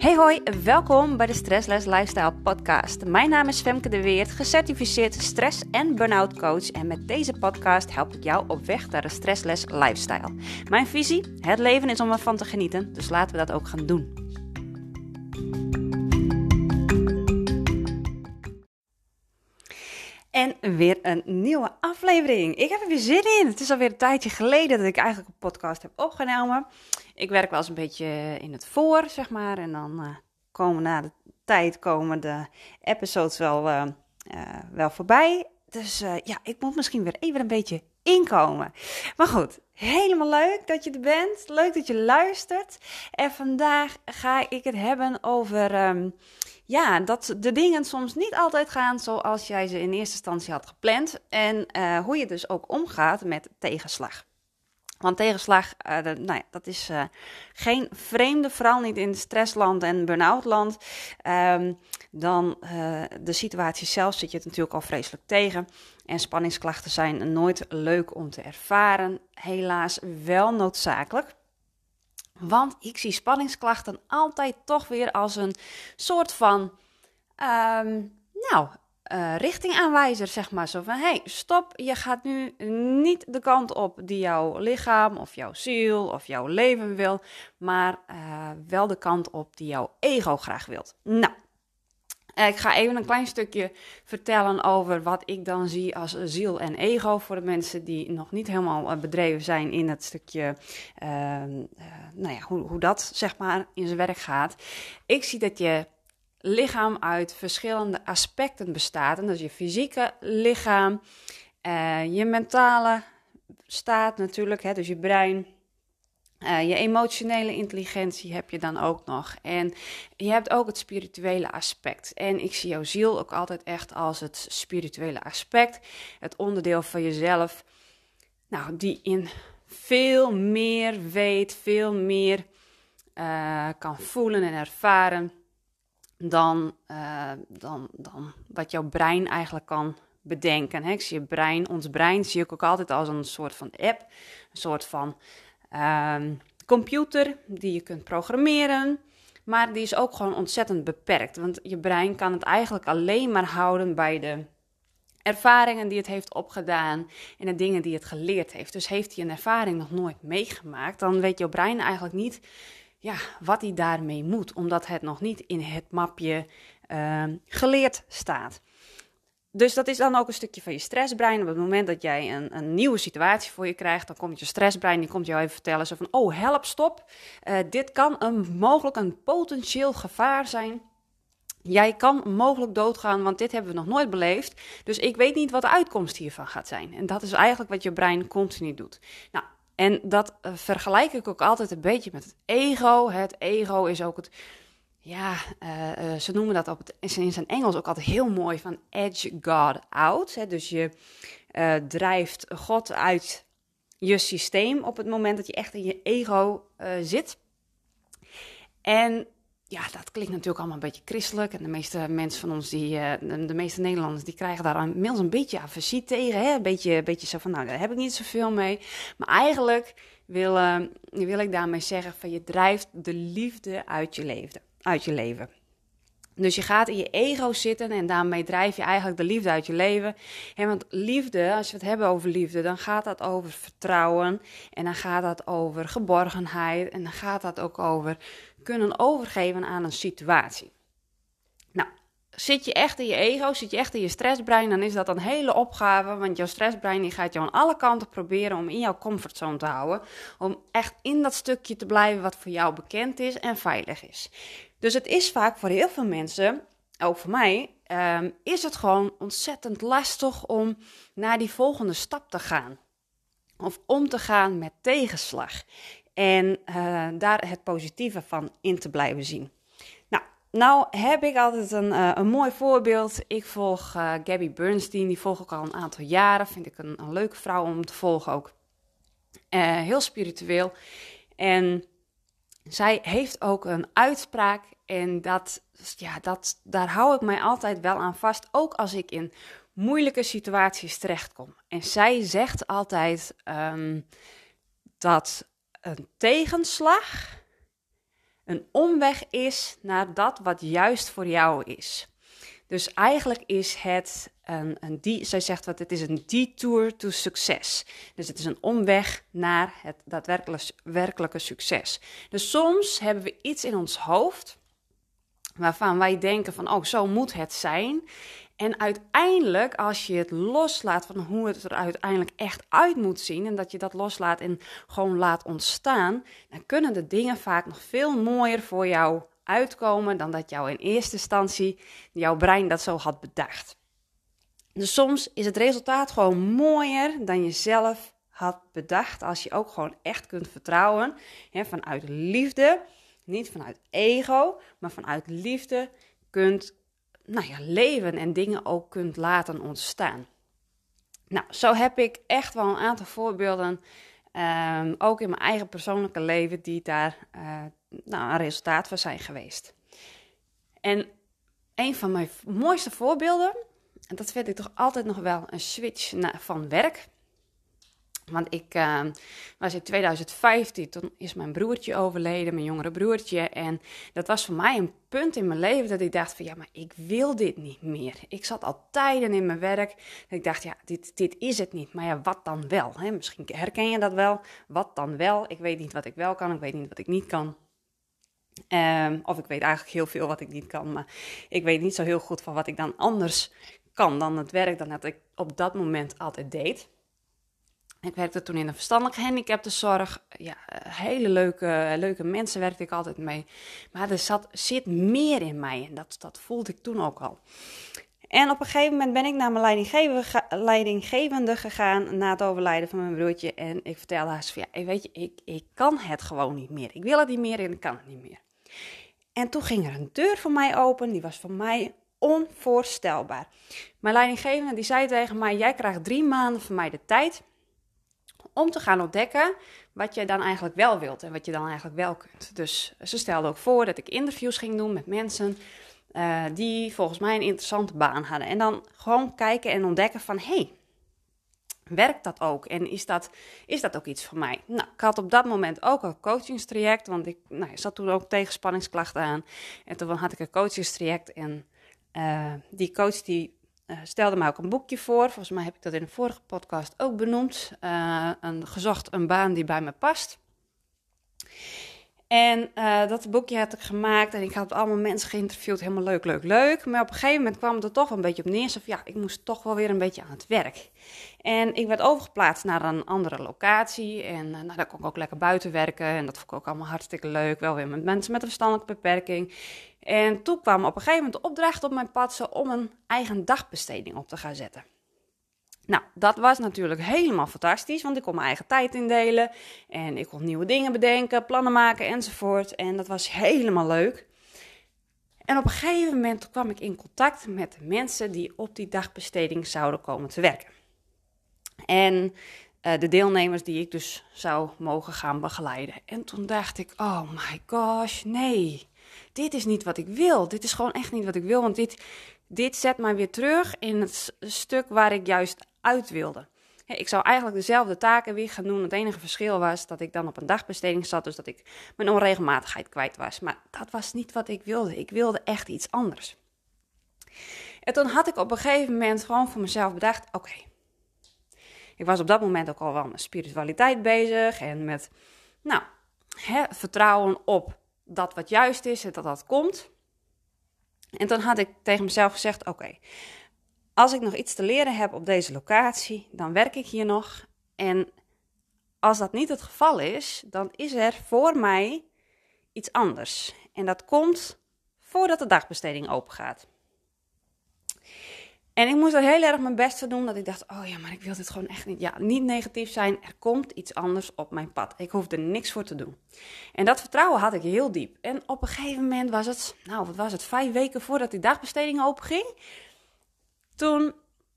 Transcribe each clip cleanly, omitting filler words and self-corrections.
Hey hoi, welkom bij de Stressless Lifestyle podcast. Mijn naam is Femke de Weert, gecertificeerd stress- en burn-out coach. En met deze podcast help ik jou op weg naar een stressless lifestyle. Mijn visie, het leven is om ervan te genieten, dus laten we dat ook gaan doen. En weer een nieuwe aflevering. Ik heb er weer zin in. Het is alweer een tijdje geleden dat ik eigenlijk een podcast heb opgenomen. Ik werk wel eens een beetje in het voor, zeg maar. En dan na de tijd komen de episodes wel voorbij. Dus ik moet misschien weer even een beetje inkomen. Maar goed, helemaal leuk dat je er bent. Leuk dat je luistert. En vandaag ga ik het hebben over dat de dingen soms niet altijd gaan zoals jij ze in eerste instantie had gepland. En hoe je dus ook omgaat met tegenslag. Want tegenslag, dat is geen vreemde, vooral niet in stressland en burn-outland. Dan de situatie zelf zit je het natuurlijk al vreselijk tegen. En spanningsklachten zijn nooit leuk om te ervaren. Helaas wel noodzakelijk. Want ik zie spanningsklachten altijd toch weer als een soort van richtingaanwijzer, zeg maar. Zo van, hey, stop, je gaat nu niet de kant op die jouw lichaam of jouw ziel of jouw leven wil, maar wel de kant op die jouw ego graag wilt. Nou, ik ga even een klein stukje vertellen over wat ik dan zie als ziel en ego voor de mensen die nog niet helemaal bedreven zijn in het stukje, hoe dat zeg maar in zijn werk gaat. Ik zie dat je lichaam uit verschillende aspecten bestaat. En dat is je fysieke lichaam, je mentale staat natuurlijk, dus je brein. Je emotionele intelligentie heb je dan ook nog. En je hebt ook het spirituele aspect. En ik zie jouw ziel ook altijd echt als het spirituele aspect. Het onderdeel van jezelf, die in veel meer weet, veel meer kan voelen en ervaren dan wat jouw brein eigenlijk kan bedenken. Ik zie je brein, ons brein zie ik ook altijd als een soort van app, een soort van computer die je kunt programmeren, maar die is ook gewoon ontzettend beperkt, want je brein kan het eigenlijk alleen maar houden bij de ervaringen die het heeft opgedaan en de dingen die het geleerd heeft. Dus heeft hij een ervaring nog nooit meegemaakt, dan weet jouw brein eigenlijk niet wat hij daarmee moet, omdat het nog niet in het mapje geleerd staat. Dus dat is dan ook een stukje van je stressbrein. Op het moment dat jij een nieuwe situatie voor je krijgt, dan komt je stressbrein, die komt jou even vertellen zo van, oh help, stop, dit kan mogelijk een potentieel gevaar zijn. Jij kan mogelijk doodgaan, want dit hebben we nog nooit beleefd. Dus ik weet niet wat de uitkomst hiervan gaat zijn. En dat is eigenlijk wat je brein continu doet. Nou, en dat vergelijk ik ook altijd een beetje met het ego. Het ego is ook het, ze noemen dat in zijn Engels ook altijd heel mooi van edge God out. Dus je drijft God uit je systeem op het moment dat je echt in je ego zit. En dat klinkt natuurlijk allemaal een beetje christelijk. En de meeste mensen van ons, de meeste Nederlanders, die krijgen daar inmiddels een beetje aversie tegen. Hè? Een beetje zo van, daar heb ik niet zoveel mee. Maar eigenlijk wil ik daarmee zeggen van, je drijft de liefde uit je leven. Dus je gaat in je ego zitten en daarmee drijf je eigenlijk de liefde uit je leven. Want liefde, als we het hebben over liefde, dan gaat dat over vertrouwen. En dan gaat dat over geborgenheid. En dan gaat dat ook over kunnen overgeven aan een situatie. Nou, zit je echt in je ego, zit je echt in je stressbrein, dan is dat een hele opgave. Want jouw stressbrein die gaat jou aan alle kanten proberen om in jouw comfortzone te houden. Om echt in dat stukje te blijven wat voor jou bekend is en veilig is. Dus het is vaak voor heel veel mensen, ook voor mij, is het gewoon ontzettend lastig om naar die volgende stap te gaan. Of om te gaan met tegenslag. En daar het positieve van in te blijven zien. Nou heb ik altijd een mooi voorbeeld. Ik volg Gabby Bernstein, die volg ik al een aantal jaren. Vind ik een leuke vrouw om te volgen ook. Heel spiritueel. En zij heeft ook een uitspraak en daar hou ik mij altijd wel aan vast, ook als ik in moeilijke situaties terechtkom. En zij zegt altijd dat een tegenslag een omweg is naar dat wat juist voor jou is. Dus eigenlijk is het zij zegt wat het is een detour to succes. Dus het is een omweg naar het daadwerkelijke succes. Dus soms hebben we iets in ons hoofd waarvan wij denken van, oh, zo moet het zijn. En uiteindelijk, als je het loslaat van hoe het er uiteindelijk echt uit moet zien, en dat je dat loslaat en gewoon laat ontstaan, dan kunnen de dingen vaak nog veel mooier voor jou uitkomen dan dat jou in eerste instantie jouw brein dat zo had bedacht. Dus soms is het resultaat gewoon mooier dan je zelf had bedacht, als je ook gewoon echt kunt vertrouwen, vanuit liefde, niet vanuit ego, maar vanuit liefde kunt leven en dingen ook kunt laten ontstaan. Nou, zo heb ik echt wel een aantal voorbeelden, ook in mijn eigen persoonlijke leven, die daar een resultaat van zijn geweest. En een van mijn mooiste voorbeelden, en dat vind ik toch altijd nog wel een switch van werk. Want ik was in 2015, toen is mijn broertje overleden, mijn jongere broertje. En dat was voor mij een punt in mijn leven dat ik dacht van, ja, maar ik wil dit niet meer. Ik zat al tijden in mijn werk en ik dacht, ja, dit is het niet. Maar ja, wat dan wel? Hè? Misschien herken je dat wel. Wat dan wel? Ik weet niet wat ik wel kan, ik weet niet wat ik niet kan. Of ik weet eigenlijk heel veel wat ik niet kan, maar ik weet niet zo heel goed van wat ik dan anders kan dan het werk dan dat ik op dat moment altijd deed. Ik werkte toen in de verstandelijk gehandicaptenzorg. Ja, hele leuke mensen werkte ik altijd mee. Maar er zit meer in mij en dat voelde ik toen ook al. En op een gegeven moment ben ik naar mijn leidinggevende gegaan na het overlijden van mijn broertje. En ik vertelde haar van, ja, weet je, ik kan het gewoon niet meer. Ik wil het niet meer en ik kan het niet meer. En toen ging er een deur voor mij open, die was voor mij onvoorstelbaar. Mijn leidinggevende die zei tegen mij, jij krijgt 3 maanden van mij de tijd om te gaan ontdekken wat je dan eigenlijk wel wilt en wat je dan eigenlijk wel kunt. Dus ze stelde ook voor dat ik interviews ging doen met mensen die volgens mij een interessante baan hadden. En dan gewoon kijken en ontdekken van, hey, werkt dat ook? En is dat ook iets voor mij? Nou, ik had op dat moment ook een coachingstraject, want ik zat toen ook tegenspanningsklachten aan. En toen had ik een coachingstraject en die coach die stelde mij ook een boekje voor. Volgens mij heb ik dat in de vorige podcast ook benoemd. Gezocht een baan die bij me past. En dat boekje had ik gemaakt en ik had allemaal mensen geïnterviewd. Helemaal leuk. Maar op een gegeven moment kwam het er toch een beetje op neer. Ja, ik moest toch wel weer een beetje aan het werk. En ik werd overgeplaatst naar een andere locatie. En daar kon ik ook lekker buiten werken. En dat vond ik ook allemaal hartstikke leuk. Wel weer met mensen met een verstandelijke beperking. En toen kwam op een gegeven moment de opdracht op mijn pad om een eigen dagbesteding op te gaan zetten. Nou, dat was natuurlijk helemaal fantastisch, want ik kon mijn eigen tijd indelen. En ik kon nieuwe dingen bedenken, plannen maken enzovoort. En dat was helemaal leuk. En op een gegeven moment kwam ik in contact met de mensen die op die dagbesteding zouden komen te werken. En de deelnemers die ik dus zou mogen gaan begeleiden. En toen dacht ik, oh my gosh, nee, dit is niet wat ik wil. Dit is gewoon echt niet wat ik wil, want dit zet mij weer terug in het stuk waar ik juist uit wilde. Ik zou eigenlijk dezelfde taken weer gaan doen. Het enige verschil was dat ik dan op een dagbesteding zat, dus dat ik mijn onregelmatigheid kwijt was. Maar dat was niet wat ik wilde. Ik wilde echt iets anders. En toen had ik op een gegeven moment gewoon voor mezelf bedacht, oké. Ik was op dat moment ook al wel met spiritualiteit bezig en met vertrouwen op dat wat juist is en dat komt. En toen had ik tegen mezelf gezegd, oké, als ik nog iets te leren heb op deze locatie, dan werk ik hier nog. En als dat niet het geval is, dan is er voor mij iets anders. En dat komt voordat de dagbesteding open gaat. En ik moest er heel erg mijn best voor doen, dat ik dacht, oh ja, maar ik wil dit gewoon echt niet. Ja, niet negatief zijn, er komt iets anders op mijn pad. Ik hoef er niks voor te doen. En dat vertrouwen had ik heel diep. En op een gegeven moment was het, 5 weken voordat die dagbesteding open ging. Toen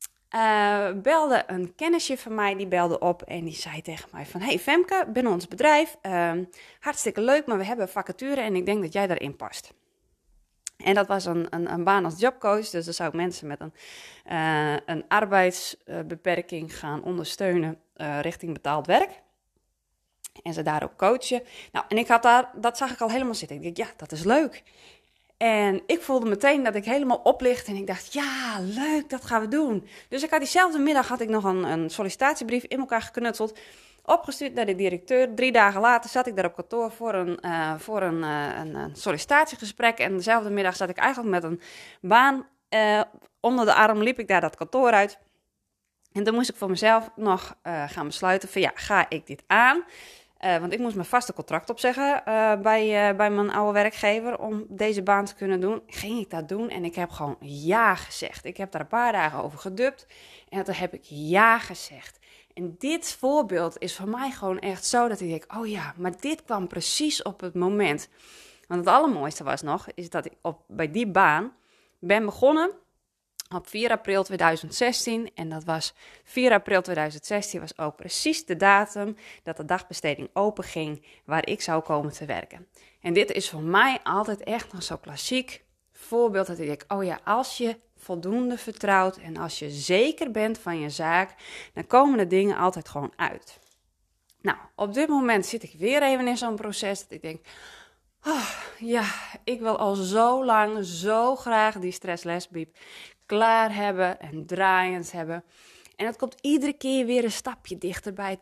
belde een kennisje van mij, die belde op en die zei tegen mij van, hey Femke, binnen ons bedrijf, hartstikke leuk, maar we hebben een vacature en ik denk dat jij daarin past. En dat was een baan als jobcoach, dus dan zou ik mensen met een arbeidsbeperking gaan ondersteunen richting betaald werk. En ze daar ook coachen. Nou, en dat zag ik al helemaal zitten. Ik dacht, ja, dat is leuk. En ik voelde meteen dat ik helemaal oplichtte. En ik dacht, ja, leuk, dat gaan we doen. Dus ik had diezelfde middag had ik nog een sollicitatiebrief in elkaar geknutseld. Opgestuurd naar de directeur. 3 dagen later zat ik daar op kantoor voor een sollicitatiegesprek. En dezelfde middag zat ik eigenlijk met een baan onder de arm. Liep ik daar dat kantoor uit. En toen moest ik voor mezelf nog gaan besluiten van ja, ga ik dit aan? Want ik moest mijn vaste contract opzeggen bij mijn oude werkgever om deze baan te kunnen doen. Ging ik dat doen en ik heb gewoon ja gezegd. Ik heb daar een paar dagen over gedubt en toen heb ik ja gezegd. En dit voorbeeld is voor mij gewoon echt zo dat ik denk, oh ja, maar dit kwam precies op het moment. Want het allermooiste was nog, is dat ik bij die baan ben begonnen op 4 april 2016 en dat was 4 april 2016 was ook precies de datum dat de dagbesteding open ging waar ik zou komen te werken. En dit is voor mij altijd echt nog zo'n klassiek voorbeeld dat ik denk, oh ja, als je voldoende vertrouwt en als je zeker bent van je zaak, dan komen de dingen altijd gewoon uit. Nou, op dit moment zit ik weer even in zo'n proces dat ik denk, oh, ja, ik wil al zo lang, zo graag die stresslesbrief klaar hebben en draaiend hebben. En het komt iedere keer weer een stapje dichterbij.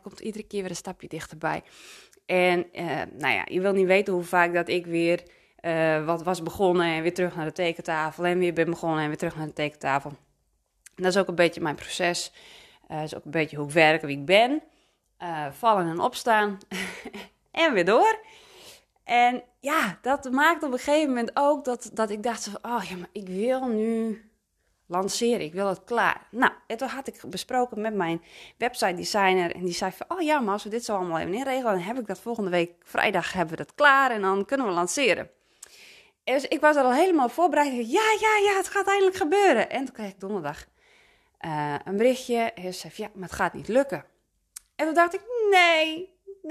En nou ja, je wil niet weten hoe vaak dat ik weer wat was begonnen en weer terug naar de tekentafel. En weer ben begonnen en weer terug naar de tekentafel. En dat is ook een beetje mijn proces. Dat is ook een beetje hoe ik werk, wie ik ben. Vallen en opstaan. En weer door. En ja, dat maakt op een gegeven moment ook dat ik dacht van, oh ja, maar ik wil nu lanceren, ik wil het klaar. Nou, en toen had ik besproken met mijn website designer en die zei van, oh ja, maar als we dit zo allemaal even inregelen, dan heb ik dat volgende week vrijdag hebben we dat klaar en dan kunnen we lanceren. En dus ik was er al helemaal voorbereid. Ja, het gaat eindelijk gebeuren. En toen kreeg ik donderdag een berichtje en ze zei, ja, maar het gaat niet lukken. En toen dacht ik, nee,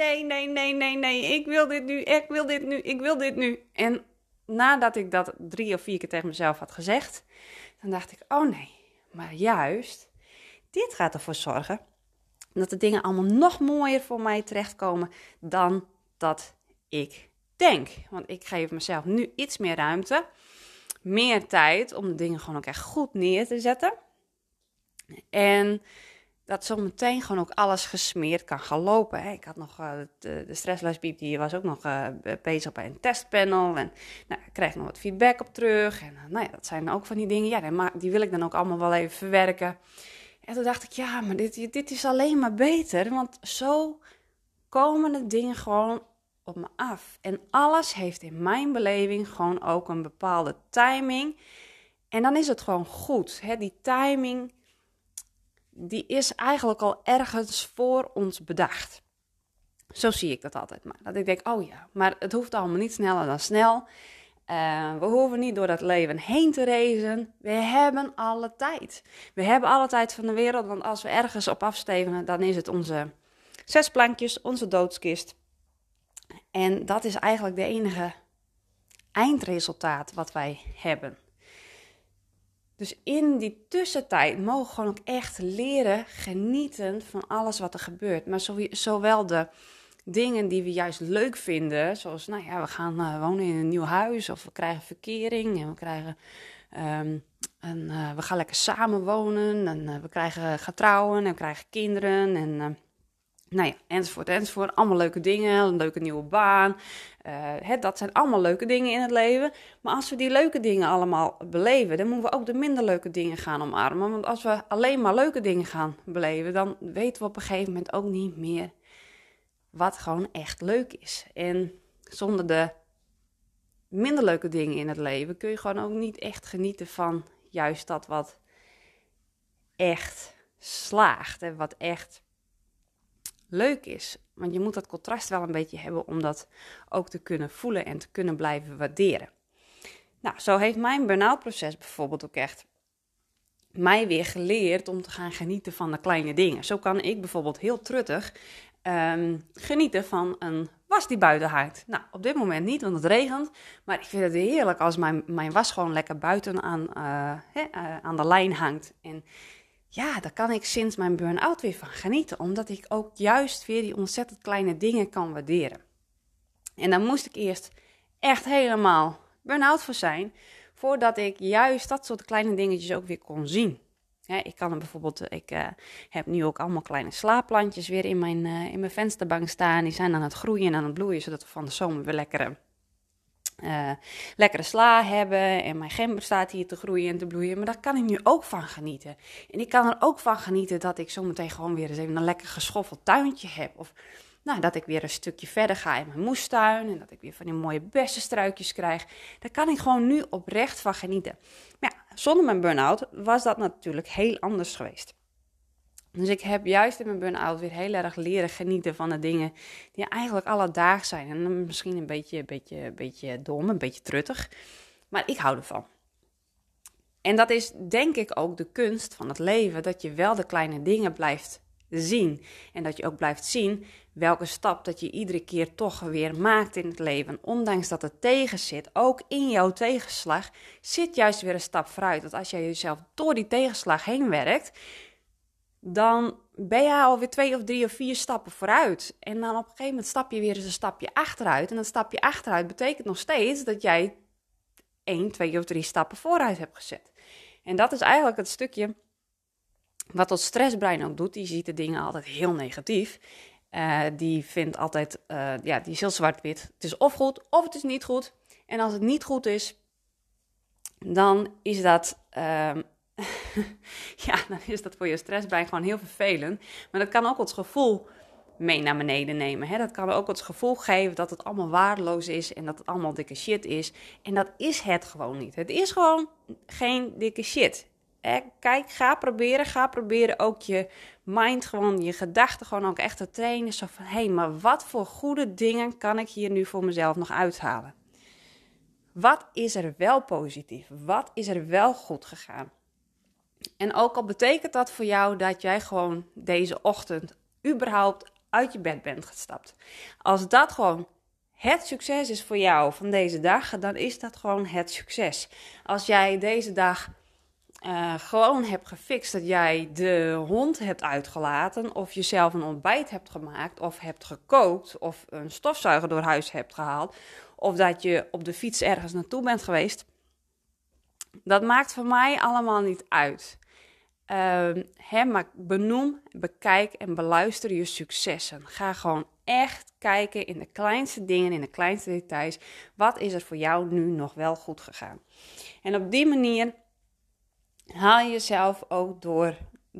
ik wil dit nu. En nadat ik dat 3 of 4 keer tegen mezelf had gezegd, dan dacht ik, oh nee, maar juist, dit gaat ervoor zorgen dat de dingen allemaal nog mooier voor mij terechtkomen dan dat ik denk. Want ik geef mezelf nu iets meer ruimte, meer tijd om de dingen gewoon ook echt goed neer te zetten. En dat zometeen gewoon ook alles gesmeerd kan gaan lopen. Hè. Ik had nog de stresslesbiep, die was ook nog bezig bij een testpanel. En nou, ik kreeg nog wat feedback op terug. En nou ja, dat zijn ook van die dingen. Ja, die wil ik dan ook allemaal wel even verwerken. En toen dacht ik, ja, maar dit is alleen maar beter. Want zo komen de dingen gewoon op me af. En alles heeft in mijn beleving gewoon ook een bepaalde timing. En dan is het gewoon goed. Hè. Die timing, die is eigenlijk al ergens voor ons bedacht. Zo zie ik dat altijd maar. Dat ik denk, oh ja, maar het hoeft allemaal niet sneller dan snel. We hoeven niet door dat leven heen te racen. We hebben alle tijd. We hebben alle tijd van de wereld, want als we ergens op afstevenen, dan is het onze 6 plankjes, onze doodskist. En dat is eigenlijk de enige eindresultaat wat wij hebben. Dus in die tussentijd mogen we gewoon ook echt leren genieten van alles wat er gebeurt. Maar zowel de dingen die we juist leuk vinden, zoals nou ja, we gaan wonen in een nieuw huis of we krijgen verkering en we krijgen we gaan lekker samenwonen en we gaan trouwen en we krijgen kinderen en nou ja, enzovoort. Allemaal leuke dingen, een leuke nieuwe baan. Dat zijn allemaal leuke dingen in het leven. Maar als we die leuke dingen allemaal beleven, dan moeten we ook de minder leuke dingen gaan omarmen. Want als we alleen maar leuke dingen gaan beleven, dan weten we op een gegeven moment ook niet meer wat gewoon echt leuk is. En zonder de minder leuke dingen in het leven kun je gewoon ook niet echt genieten van juist dat wat echt slaagt en wat echt leuk is. Want je moet dat contrast wel een beetje hebben om dat ook te kunnen voelen en te kunnen blijven waarderen. Nou, zo heeft mijn burn-out proces bijvoorbeeld ook echt mij weer geleerd om te gaan genieten van de kleine dingen. Zo kan ik bijvoorbeeld heel truttig genieten van een was die buiten hangt. Nou, op dit moment niet, want het regent. Maar ik vind het heerlijk als mijn was gewoon lekker buiten aan de lijn hangt. En ja, daar kan ik sinds mijn burn-out weer van genieten. Omdat ik ook juist weer die ontzettend kleine dingen kan waarderen. En dan moest ik eerst echt helemaal burn-out voor zijn, voordat ik juist dat soort kleine dingetjes ook weer kon zien. Ik kan er bijvoorbeeld, ik heb nu ook allemaal kleine slaapplantjes weer in mijn vensterbank staan. Die zijn aan het groeien en aan het bloeien, zodat we van de zomer weer lekkere sla hebben. En mijn gember staat hier te groeien en te bloeien. Maar daar kan ik nu ook van genieten. En ik kan er ook van genieten dat ik zometeen gewoon weer eens even een lekker geschoffeld tuintje heb. Of dat ik weer een stukje verder ga in mijn moestuin. En dat ik weer van die mooie bessenstruikjes krijg. Daar kan ik gewoon nu oprecht van genieten. Maar ja, zonder mijn burn-out was dat natuurlijk heel anders geweest. Dus ik heb juist in mijn burn-out weer heel erg leren genieten van de dingen die eigenlijk alledaags zijn. En misschien een beetje dom, een beetje truttig. Maar ik hou ervan. En dat is denk ik ook de kunst van het leven. Dat je wel de kleine dingen blijft zien. En dat je ook blijft zien welke stap dat je iedere keer toch weer maakt in het leven. Ondanks dat het tegen zit, ook in jouw tegenslag, zit juist weer een stap vooruit. Want als jij jezelf door die tegenslag heen werkt, dan ben je alweer 2 of 3 of 4 stappen vooruit. En dan op een gegeven moment stap je weer eens een stapje achteruit. En dat stapje achteruit betekent nog steeds dat jij 1, 2 of 3 stappen vooruit hebt gezet. En dat is eigenlijk het stukje wat ons stressbrein ook doet. Die ziet de dingen altijd heel negatief. Die vindt altijd, die is heel zwart-wit. Het is of goed, of het is niet goed. En als het niet goed is, dan is dat dan is dat voor je stressbrein gewoon heel vervelend. Maar dat kan ook ons gevoel mee naar beneden nemen. Hè? Dat kan ook ons gevoel geven dat het allemaal waardeloos is en dat het allemaal dikke shit is. En dat is het gewoon niet. Het is gewoon geen dikke shit. Kijk, ga proberen ook je mind, gewoon je gedachten gewoon ook echt te trainen. Zo van, hé, maar wat voor goede dingen kan ik hier nu voor mezelf nog uithalen? Wat is er wel positief? Wat is er wel goed gegaan? En ook al betekent dat voor jou dat jij gewoon deze ochtend überhaupt uit je bed bent gestapt. Als dat gewoon het succes is voor jou van deze dag, dan is dat gewoon het succes. Als jij deze dag gewoon hebt gefixt dat jij de hond hebt uitgelaten, of jezelf een ontbijt hebt gemaakt, of hebt gekookt, of een stofzuiger door huis hebt gehaald, of dat je op de fiets ergens naartoe bent geweest, dat maakt voor mij allemaal niet uit. Maar benoem, bekijk en beluister je successen. Ga gewoon echt kijken in de kleinste dingen, in de kleinste details. Wat is er voor jou nu nog wel goed gegaan? En op die manier haal je jezelf ook door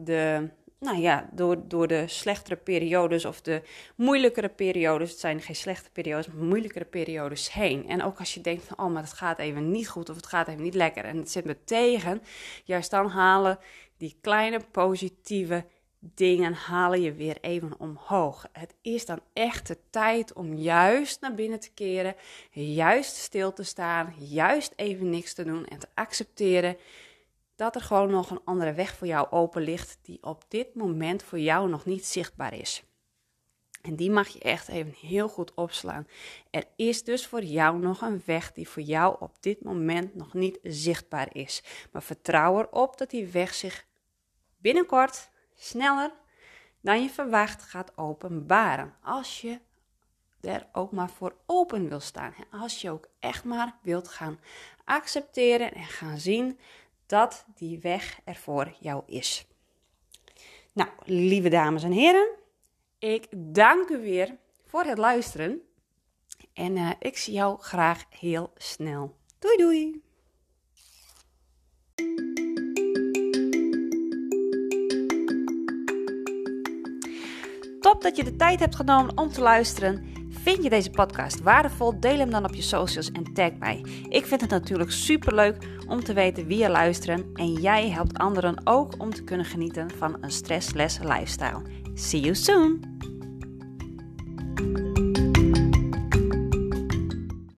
de slechtere periodes of de moeilijkere periodes. Het zijn geen slechte periodes, maar moeilijkere periodes heen. En ook als je denkt van, maar het gaat even niet goed of het gaat even niet lekker en het zit me tegen. Juist dan halen die kleine positieve dingen halen je weer even omhoog. Het is dan echt de tijd om juist naar binnen te keren, juist stil te staan, juist even niks te doen en te accepteren dat er gewoon nog een andere weg voor jou open ligt die op dit moment voor jou nog niet zichtbaar is. En die mag je echt even heel goed opslaan. Er is dus voor jou nog een weg die voor jou op dit moment nog niet zichtbaar is. Maar vertrouw erop dat die weg zich binnenkort, sneller dan je verwacht, gaat openbaren. Als je er ook maar voor open wil staan. Als je ook echt maar wilt gaan accepteren en gaan zien dat die weg er voor jou is. Nou, lieve dames en heren, ik dank u weer voor het luisteren. En ik zie jou graag heel snel. Doei doei! Top dat je de tijd hebt genomen om te luisteren. Vind je deze podcast waardevol? Deel hem dan op je socials en tag mij. Ik vind het natuurlijk superleuk om te weten wie je luisteren. En jij helpt anderen ook om te kunnen genieten van een stressless lifestyle. See you soon!